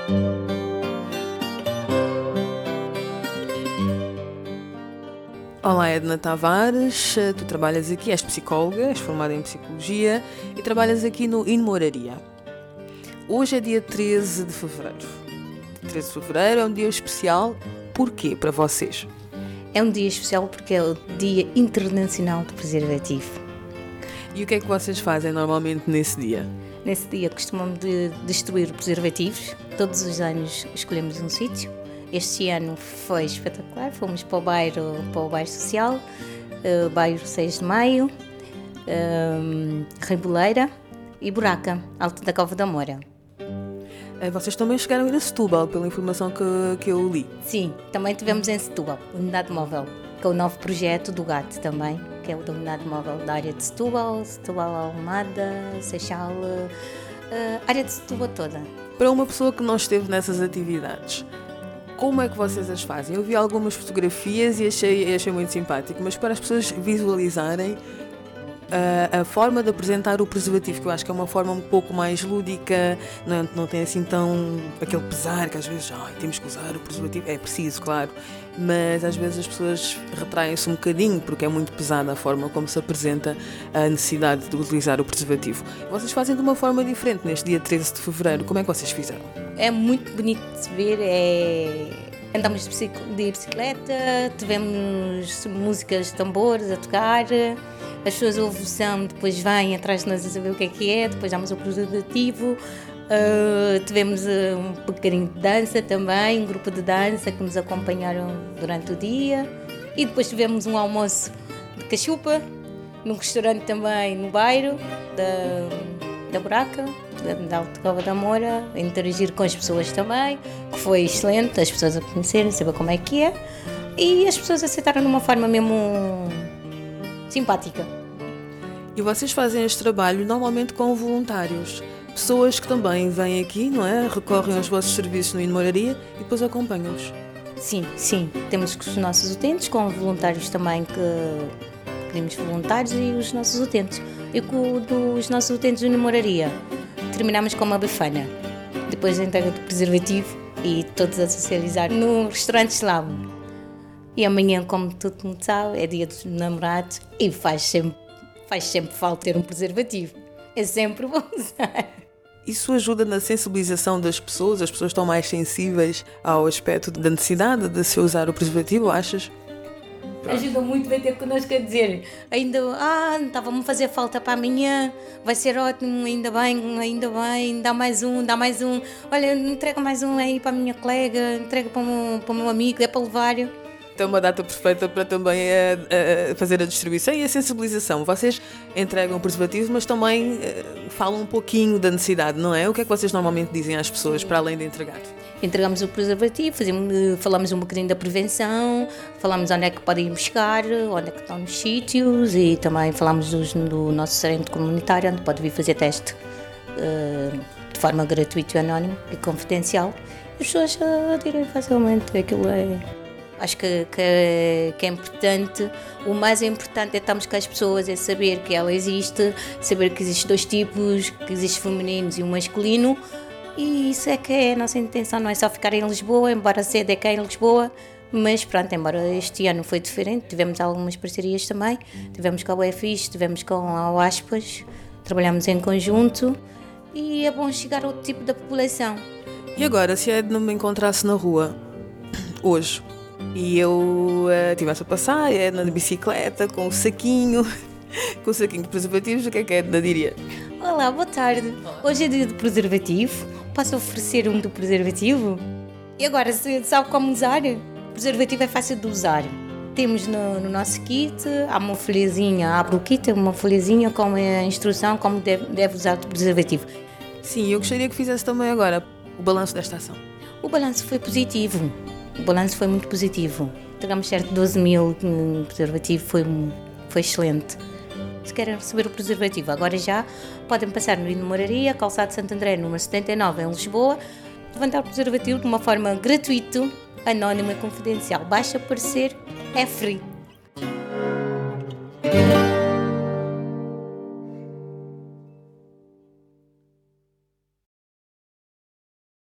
Olá, Edna Tavares, tu trabalhas aqui, és psicóloga, és formada em psicologia e trabalhas aqui no Inmoraria. Hoje é dia 13 de fevereiro. 13 de fevereiro é um dia especial. Porquê para vocês? É um dia especial porque é o Dia Internacional do Preservativo. E o que é que vocês fazem normalmente nesse dia? Nesse dia costumamos distribuir preservativos. Todos os anos escolhemos um sítio. Este ano foi espetacular, fomos para o bairro social, bairro 6 de Maio, Reboleira e Buraca, Alto da Cova da Moura. Vocês também chegaram a ir a Setúbal, pela informação que eu li. Sim, também tivemos em Setúbal, unidade móvel, com o novo projeto do GAT também, que é o da unidade móvel da área de Setúbal, Almada, Seixal, área de Setúbal toda. Para uma pessoa que não esteve nessas atividades, como é que vocês as fazem? Eu vi algumas fotografias e achei muito simpático, mas para as pessoas visualizarem a forma de apresentar o preservativo, que eu acho que é uma forma um pouco mais lúdica, não tem assim tão aquele pesar que às vezes temos que usar o preservativo, é preciso, claro, mas às vezes as pessoas retraem-se um bocadinho porque é muito pesada a forma como se apresenta a necessidade de utilizar o preservativo. Vocês fazem de uma forma diferente neste dia 13 de fevereiro, como é que vocês fizeram? É muito bonito de se ver, andamos de bicicleta, tivemos músicas de tambores a tocar, as pessoas ouvem o som, depois vêm atrás de nós a saber o que é, depois damos o preservativo, tivemos um bocadinho de dança também, um grupo de dança que nos acompanharam durante o dia e depois tivemos um almoço de cachupa, num restaurante também no bairro da Buraca, da Alta Cova da Moura, interagir com as pessoas também, que foi excelente, as pessoas a conhecerem, saber como é que é, e as pessoas aceitaram de uma forma mesmo simpática. E vocês fazem este trabalho normalmente com voluntários, pessoas que também vêm aqui, não é? Recorrem aos vossos serviços no Inmoraria e depois acompanham-os. Sim, temos os nossos utentes, com voluntários também que pedimos voluntários e os nossos utentes. E com os nossos utentes do Inmoraria terminamos com uma bifana, depois da entrega do preservativo e todos a socializar no restaurante Slavo. E amanhã, como todo mundo sabe, é dia dos namorados e faz sempre falta ter um preservativo. É sempre bom usar. Isso ajuda na sensibilização das pessoas? As pessoas estão mais sensíveis ao aspecto da necessidade de se usar o preservativo, achas? Ajuda muito a ter connosco a dizer ainda, estava-me a fazer falta para amanhã, vai ser ótimo, ainda bem, dá mais um, olha, entrega mais um aí para a minha colega, entrega para o meu amigo, é para levar. É uma data perfeita para também fazer a distribuição e a sensibilização. Vocês entregam preservativos, mas também falam um pouquinho da necessidade, não é? O que é que vocês normalmente dizem às pessoas para além de entregar? Entregamos o preservativo, falamos um bocadinho da prevenção, falamos onde é que podem ir buscar, onde é que estão os sítios e também falamos do nosso centro comunitário, onde pode vir fazer teste de forma gratuita e anónima e confidencial. As pessoas aderem facilmente, aquilo acho que é importante. O mais importante é estarmos com as pessoas, é saber que ela existe, saber que existem dois tipos, que existem femininos e um masculino. E isso é que é a nossa intenção, não é só ficar em Lisboa, embora a sede é cá em Lisboa, mas pronto, embora este ano foi diferente, tivemos algumas parcerias também, tivemos com a UFIS, tivemos com a OASPAS, trabalhamos em conjunto e é bom chegar a outro tipo da população. E agora, se a Edna me encontrasse na rua, hoje, e eu estivesse a passar, a Edna de bicicleta, com o saquinho de preservativos, o que é que a Edna diria? Olá, boa tarde. Hoje é dia de preservativo. Posso oferecer um do preservativo? E agora, sabe como usar? O preservativo é fácil de usar. Temos no nosso kit, há uma folhazinha, abre o kit, uma folhazinha com a instrução como deve usar o preservativo. Sim, eu gostaria que fizesse também agora o balanço desta ação. O balanço foi positivo. O balanço foi muito positivo. Entregamos certo de 12 mil preservativo, foi excelente. Se querem receber o preservativo, agora já podem passar no Inmoraria, Calçado de Santo André, número 79, em Lisboa, levantar o preservativo de uma forma gratuita, anónima e confidencial. Basta aparecer, é free.